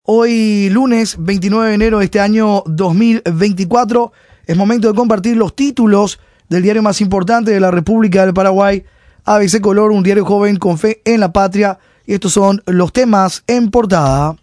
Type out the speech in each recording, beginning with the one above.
Hoy lunes 29 de enero de este año 2024 es momento de compartir los títulos del diario más importante de la República del Paraguay, ABC Color, un diario joven con fe en la patria, y estos son los temas en portada.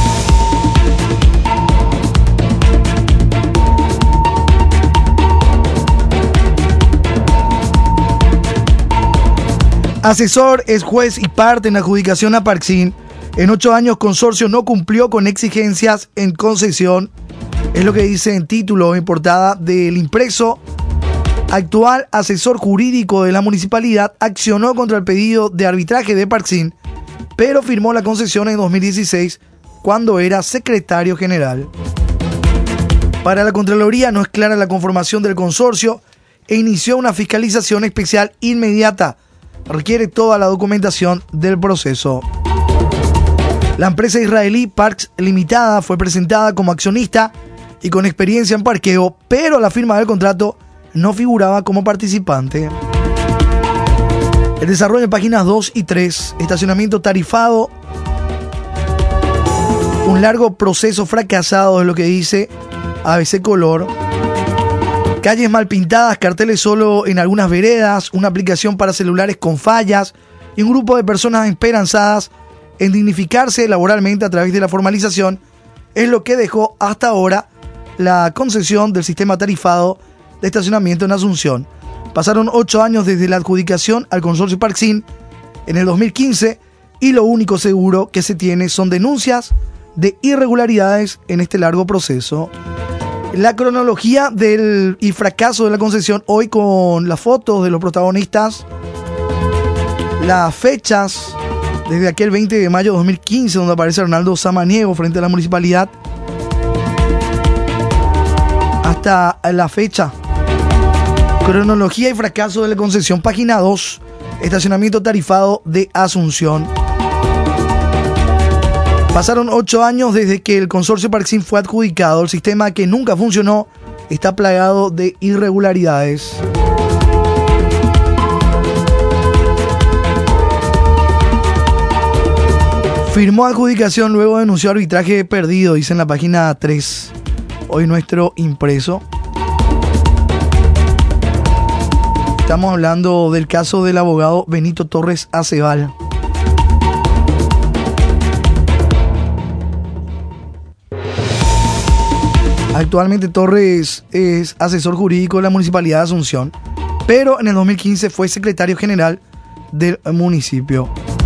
Asesor es juez y parte en adjudicación a Parksin. En 8 años, consorcio no cumplió con exigencias en concesión. Es lo que dice en título, en portada del impreso. Actual asesor jurídico de la municipalidad accionó contra el pedido de arbitraje de Parksin, pero firmó la concesión en 2016 cuando era secretario general. Para la Contraloría no es clara la conformación del consorcio e inició una fiscalización especial inmediata. Requiere toda la documentación del proceso. La empresa israelí Parks Limitada fue presentada como accionista y con experiencia en parqueo, pero a la firma del contrato no figuraba como participante. El desarrollo en páginas 2 y 3, estacionamiento tarifado, un largo proceso fracasado es lo que dice ABC Color. Calles mal pintadas, carteles solo en algunas veredas, una aplicación para celulares con fallas y un grupo de personas esperanzadas en dignificarse laboralmente a través de la formalización es lo que dejó hasta ahora la concesión del sistema tarifado de estacionamiento en Asunción. Pasaron 8 años desde la adjudicación al consorcio Parksin en el 2015 y lo único seguro que se tiene son denuncias de irregularidades en este largo proceso. La cronología del fracaso de la concesión, hoy con las fotos de los protagonistas, las fechas desde aquel 20 de mayo de 2015, donde aparece Arnaldo Samaniego frente a la municipalidad, hasta la fecha. Cronología y fracaso de la concesión, página 2, estacionamiento tarifado de Asunción. Pasaron 8 años desde que el consorcio Parksin fue adjudicado. El sistema, que nunca funcionó, está plagado de irregularidades. Firmó adjudicación, luego denunció arbitraje perdido, dice en la página 3. Hoy nuestro impreso. Estamos hablando del caso del abogado Benito Torres Acebal. Actualmente Torres es asesor jurídico de la Municipalidad de Asunción, pero en el 2015 fue secretario general del municipio.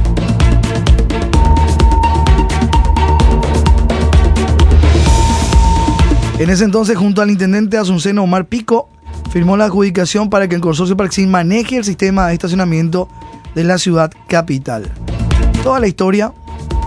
En ese entonces, junto al intendente asunceno Omar Pico, firmó la adjudicación para que el consorcio Parksin maneje el sistema de estacionamiento de la ciudad capital. Toda la historia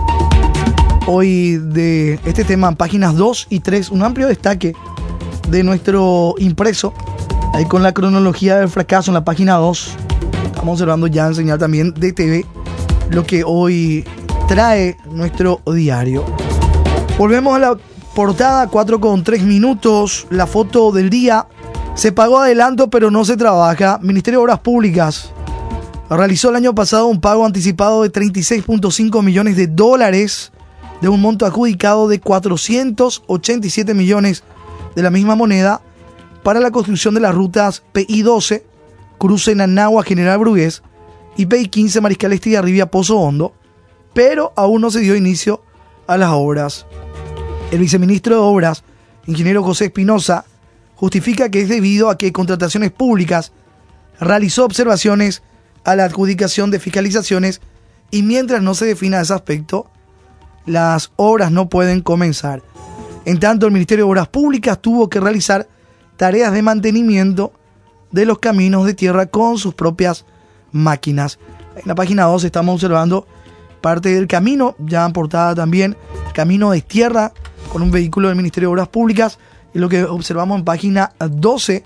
hoy de este tema en páginas 2 y 3, un amplio destaque de nuestro impreso, ahí con la cronología del fracaso en la página 2. Estamos observando ya en señal también de TV lo que hoy trae nuestro diario. Volvemos a la portada, 4:03, la foto del día. Se pagó adelanto pero no se trabaja. Ministerio de Obras Públicas realizó el año pasado un pago anticipado de $36.5 millones de un monto adjudicado de 487 millones de la misma moneda para la construcción de las rutas PI-12, cruce Nanagua General Brugués, y PI-15 Mariscal Estigarribia Pozo Hondo, pero aún no se dio inicio a las obras. El viceministro de Obras, ingeniero José Espinosa, justifica que es debido a que Contrataciones Públicas realizó observaciones a la adjudicación de fiscalizaciones y mientras no se defina ese aspecto, las obras no pueden comenzar. En tanto, el Ministerio de Obras Públicas tuvo que realizar tareas de mantenimiento de los caminos de tierra con sus propias máquinas. En la página 2 estamos observando parte del camino, ya en portada también, camino de tierra con un vehículo del Ministerio de Obras Públicas. Y lo que observamos en página 12,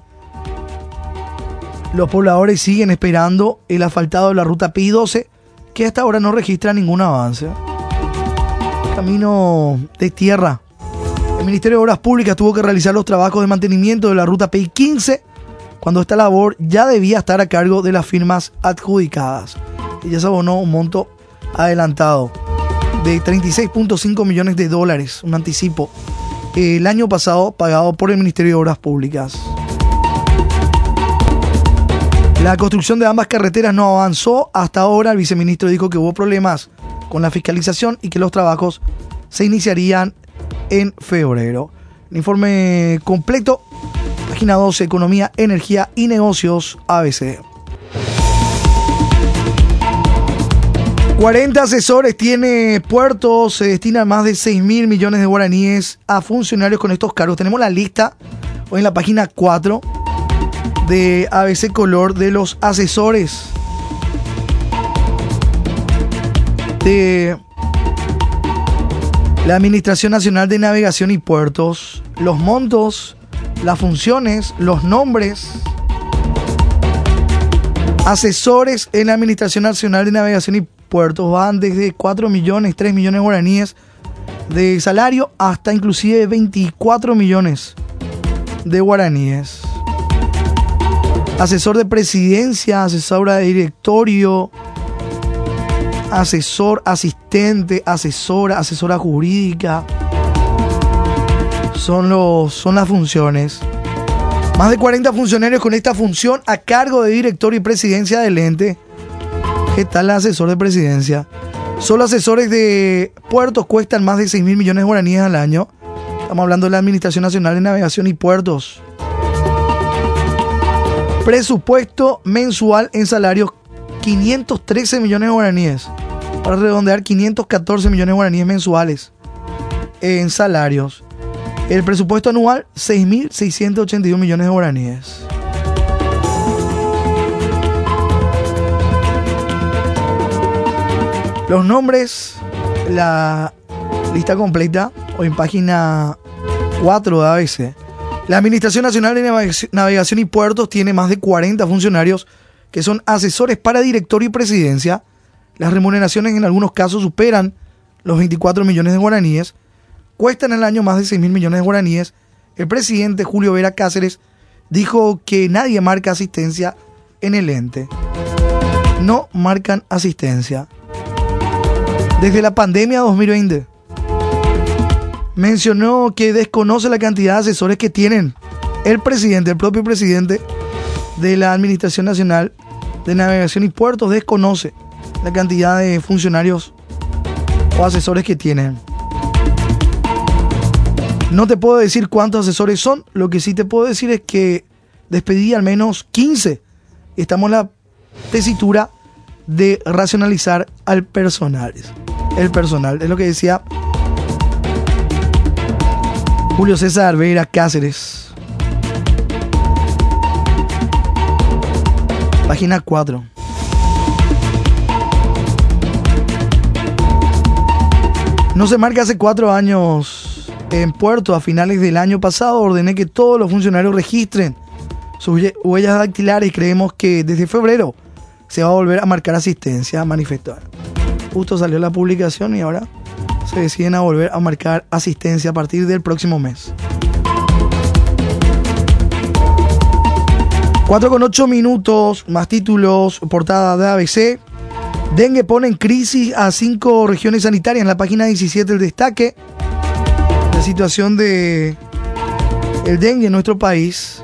los pobladores siguen esperando el asfaltado de la ruta PI-12, que hasta ahora no registra ningún avance. Camino de tierra. El Ministerio de Obras Públicas tuvo que realizar los trabajos de mantenimiento de la ruta PI-15, cuando esta labor ya debía estar a cargo de las firmas adjudicadas. Y ya se abonó un monto adelantado. de $36.5 millones, un anticipo, el año pasado pagado por el Ministerio de Obras Públicas. La construcción de ambas carreteras no avanzó hasta ahora. El viceministro dijo que hubo problemas con la fiscalización y que los trabajos se iniciarían en febrero. El informe completo, página 12, Economía, Energía y Negocios, ABC. 40 asesores tiene Puertos, se destinan más de 6.000 millones de guaraníes a funcionarios con estos cargos. Tenemos la lista hoy en la página 4 de ABC Color de los asesores de la Administración Nacional de Navegación y Puertos, los montos, las funciones, los nombres. Asesores en la Administración Nacional de Navegación y Puertos van desde 4 millones, 3 millones de guaraníes de salario hasta inclusive 24 millones de guaraníes. Asesor de presidencia, asesora de directorio, asesor, asistente, asesora jurídica. Son las funciones. Más de 40 funcionarios con esta función a cargo de directorio y presidencia del ente. ¿Qué tal el asesor de presidencia? Solo asesores de puertos cuestan más de 6.000 millones de guaraníes al año. Estamos hablando de la Administración Nacional de Navegación y Puertos. Presupuesto mensual en salarios, 513 millones de guaraníes. Para redondear, 514 millones de guaraníes mensuales en salarios. El presupuesto anual, 6.681 millones de guaraníes. Los nombres, la lista completa, hoy en página 4 de ABC. La Administración Nacional de Navegación y Puertos tiene más de 40 funcionarios que son asesores para directorio y presidencia. Las remuneraciones en algunos casos superan los 24 millones de guaraníes. Cuestan al año más de 6.000 millones de guaraníes. El presidente Julio Vera Cáceres dijo que nadie marca asistencia en el ente. No marcan asistencia. Desde la pandemia 2020, mencionó que desconoce la cantidad de asesores que tienen el propio presidente de la Administración Nacional de Navegación y Puertos, desconoce la cantidad de funcionarios o asesores que tienen. No te puedo decir cuántos asesores son, lo que sí te puedo decir es que despedí al menos 15. Estamos en la tesitura de racionalizar al personal. El personal, es lo que decía Julio César Vera Cáceres. Página 4. No se marca hace 4 años en Puerto. A finales del año pasado ordené que todos los funcionarios registren sus huellas dactilares y creemos que desde febrero se va a volver a marcar asistencia, manifestó. Justo salió la publicación y ahora se deciden a volver a marcar asistencia a partir del próximo mes. 4:08, más títulos, portada de ABC. Dengue pone en crisis a 5 regiones sanitarias. En la página 17 el destaque. La situación de el dengue en nuestro país.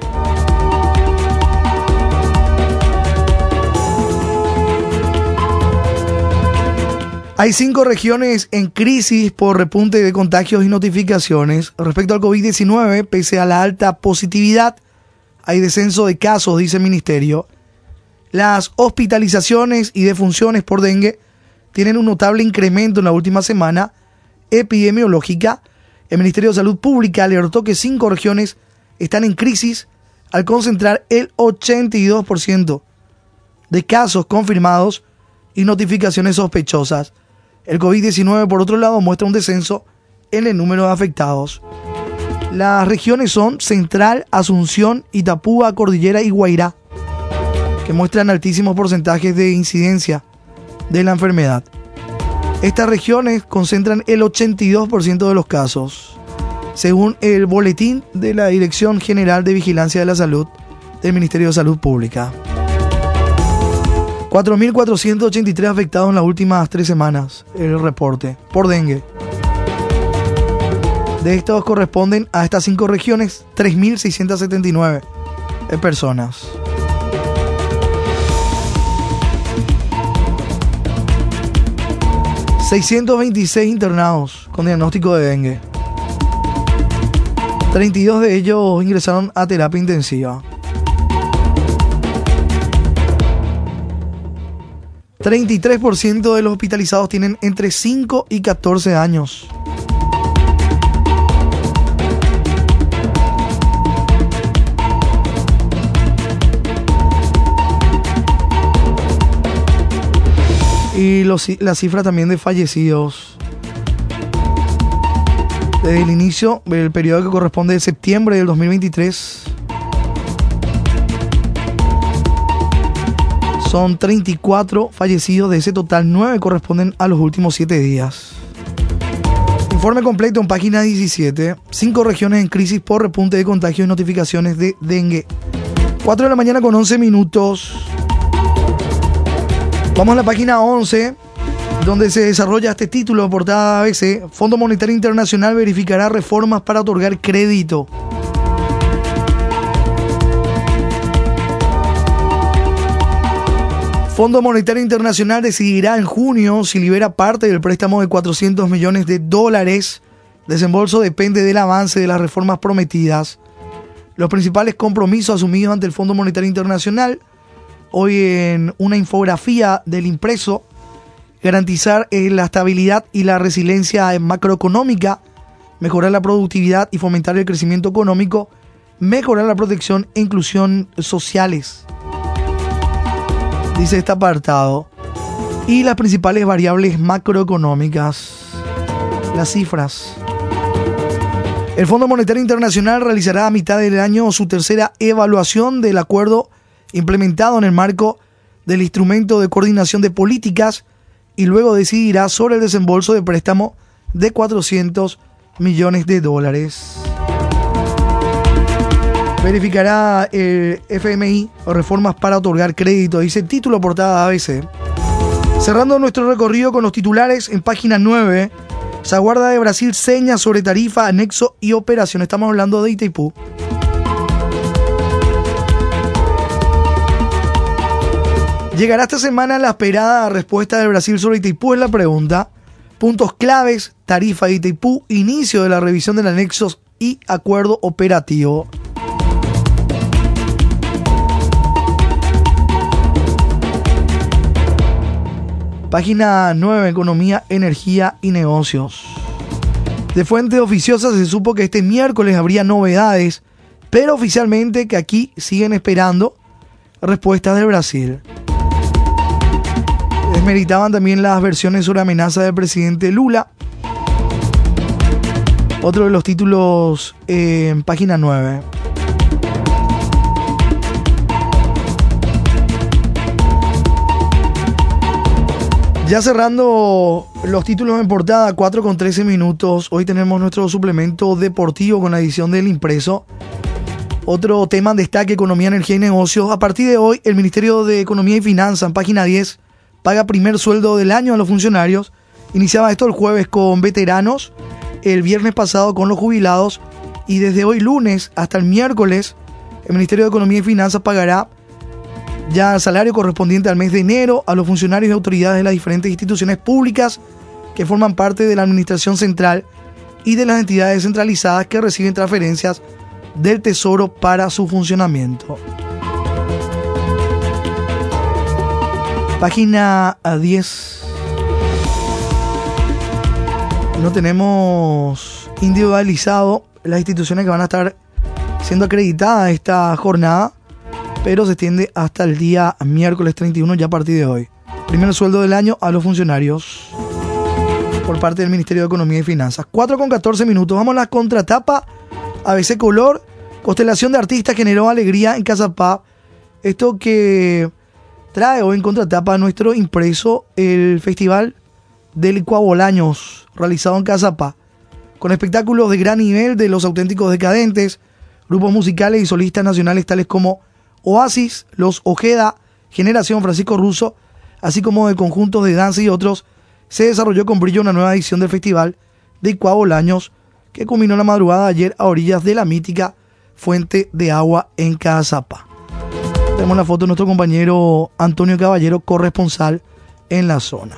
Hay 5 regiones en crisis por repunte de contagios y notificaciones. Respecto al COVID-19, pese a la alta positividad, hay descenso de casos, dice el ministerio. Las hospitalizaciones y defunciones por dengue tienen un notable incremento en la última semana epidemiológica. El Ministerio de Salud Pública alertó que 5 regiones están en crisis al concentrar el 82% de casos confirmados y notificaciones sospechosas. El COVID-19, por otro lado, muestra un descenso en el número de afectados. Las regiones son Central, Asunción, Itapúa, Cordillera y Guairá, que muestran altísimos porcentajes de incidencia de la enfermedad. Estas regiones concentran el 82% de los casos, según el boletín de la Dirección General de Vigilancia de la Salud del Ministerio de Salud Pública. 4.483 afectados en las últimas 3 semanas, el reporte, por dengue. De estos corresponden a estas 5 regiones 3.679 personas. ...626 internados con diagnóstico de dengue. 32 de ellos ingresaron a terapia intensiva. 33% de los hospitalizados tienen entre 5 y 14 años. Y la cifra también de fallecidos. Desde el inicio del periodo que corresponde de septiembre del 2023, son 34 fallecidos. De ese total, 9 corresponden a los últimos 7 días. Informe completo en página 17. 5 regiones en crisis por repunte de contagios y notificaciones de dengue. 4 de la mañana con 11 minutos. Vamos a la página 11, donde se desarrolla este título de portada ABC. Fondo Monetario Internacional verificará reformas para otorgar crédito. Fondo Monetario Internacional decidirá en junio si libera parte del préstamo de $400 millones. Desembolso depende del avance de las reformas prometidas. Los principales compromisos asumidos ante el Fondo Monetario Internacional, hoy en una infografía del impreso: garantizar la estabilidad y la resiliencia macroeconómica, mejorar la productividad y fomentar el crecimiento económico, mejorar la protección e inclusión sociales, dice este apartado. Y las principales variables macroeconómicas, las cifras. El Fondo Monetario Internacional realizará a mitad del año su tercera evaluación del acuerdo implementado en el marco del instrumento de coordinación de políticas y luego decidirá sobre el desembolso de préstamo de $400 millones. Verificará el FMI reformas para otorgar crédito, dice el título portada ABC. Cerrando nuestro recorrido con los titulares en página 9, Saguarda de Brasil seña sobre tarifa, anexo y operación. Estamos hablando de Itaipú. ¿Llegará esta semana la esperada respuesta de Brasil sobre Itaipú? Es la pregunta. Puntos claves: tarifa de Itaipú, inicio de la revisión del anexo y acuerdo operativo. Página 9, Economía, Energía y Negocios. De fuentes oficiosas se supo que este miércoles habría novedades, pero oficialmente que aquí siguen esperando respuestas de Brasil. Desmeritaban también las versiones sobre amenaza del presidente Lula. Otro de los títulos en página 9. Ya cerrando los títulos en portada, 4 con 13 minutos. Hoy tenemos nuestro suplemento deportivo con la edición del impreso. Otro tema en destaque: economía, energía y negocios. A partir de hoy, el Ministerio de Economía y Finanzas, en página 10, paga primer sueldo del año a los funcionarios. Iniciaba esto el jueves con veteranos, el viernes pasado con los jubilados, y desde hoy lunes hasta el miércoles, el Ministerio de Economía y Finanzas pagará ya el salario correspondiente al mes de enero a los funcionarios y autoridades de las diferentes instituciones públicas que forman parte de la administración central y de las entidades descentralizadas que reciben transferencias del Tesoro para su funcionamiento. Página 10. No tenemos individualizado las instituciones que van a estar siendo acreditadas esta jornada, pero se extiende hasta el día miércoles 31, ya a partir de hoy. Primer sueldo del año a los funcionarios por parte del Ministerio de Economía y Finanzas. 4 con 14 minutos. Vamos a la contratapa. ABC Color, constelación de artistas generó alegría en Cazapá. Esto que trae hoy en contratapa nuestro impreso, el Festival del Licuabolaños, realizado en Cazapá, con espectáculos de gran nivel de Los Auténticos Decadentes, grupos musicales y solistas nacionales tales como Oasis, Los Ojeda, Generación Francisco Russo, así como de conjuntos de danza y otros, se desarrolló con brillo una nueva edición del Festival de Icuá Bolaños, que culminó la madrugada de ayer a orillas de la mítica fuente de agua en Caazapá. Tenemos la foto de nuestro compañero Antonio Caballero, corresponsal en la zona.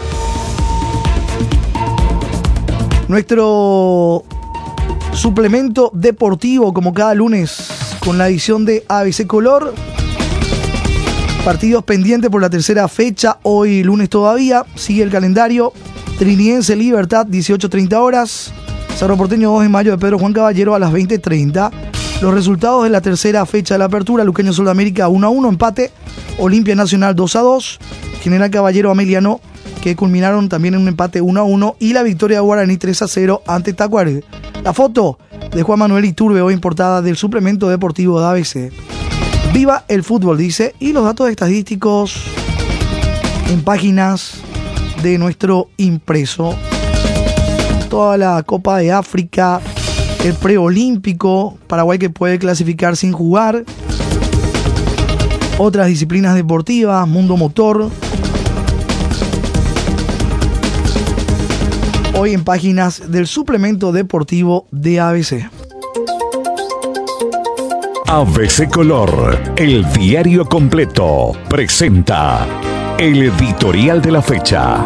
Nuestro suplemento deportivo, como cada lunes, con la edición de ABC Color. Partidos pendientes por la tercera fecha, hoy lunes todavía. Sigue el calendario. Trinidense Libertad, 18:30 horas. Cerro Porteño 2 de mayo de Pedro Juan Caballero a las 20:30. Los resultados de la tercera fecha de la apertura: Luqueño Sudamérica 1-1, empate. Olimpia Nacional 2-2. General Caballero Ameliano, que culminaron también en un empate 1-1. Y la victoria de Guaraní 3-0 ante Tacuarembó. La foto de Juan Manuel Iturbe, hoy en portada del suplemento deportivo de ABC. Viva el fútbol, dice. Y los datos estadísticos en páginas de nuestro impreso. Toda la Copa de África, el preolímpico, Paraguay que puede clasificar sin jugar, otras disciplinas deportivas, mundo motor. Hoy en páginas del suplemento deportivo de ABC. ABC Color, el diario completo, presenta el editorial de la fecha.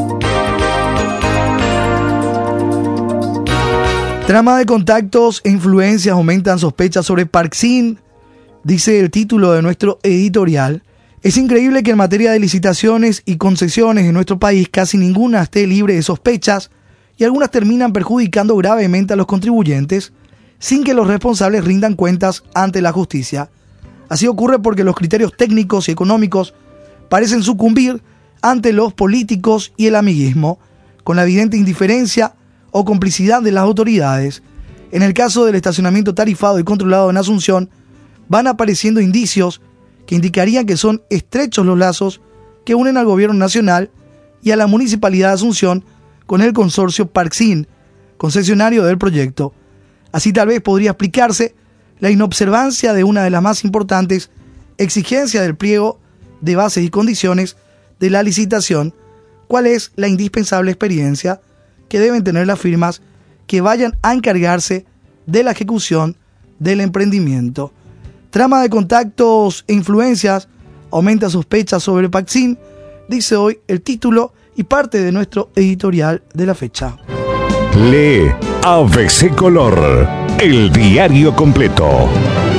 Trama de contactos e influencias aumentan sospechas sobre Park Sin, dice el título de nuestro editorial. Es increíble que en materia de licitaciones y concesiones en nuestro país casi ninguna esté libre de sospechas y algunas terminan perjudicando gravemente a los contribuyentes sin que los responsables rindan cuentas ante la justicia. Así ocurre porque los criterios técnicos y económicos parecen sucumbir ante los políticos y el amiguismo, con la evidente indiferencia o complicidad de las autoridades. En el caso del estacionamiento tarifado y controlado en Asunción, van apareciendo indicios que indicarían que son estrechos los lazos que unen al gobierno nacional y a la municipalidad de Asunción con el consorcio Park Sin, concesionario del proyecto. Así tal vez podría explicarse la inobservancia de una de las más importantes exigencias del pliego de bases y condiciones de la licitación, cuál es la indispensable experiencia que deben tener las firmas que vayan a encargarse de la ejecución del emprendimiento. Trama de contactos e influencias aumenta sospechas sobre Park Sin, dice hoy el título y parte de nuestro editorial de la fecha. Lee ABC Color, el diario completo.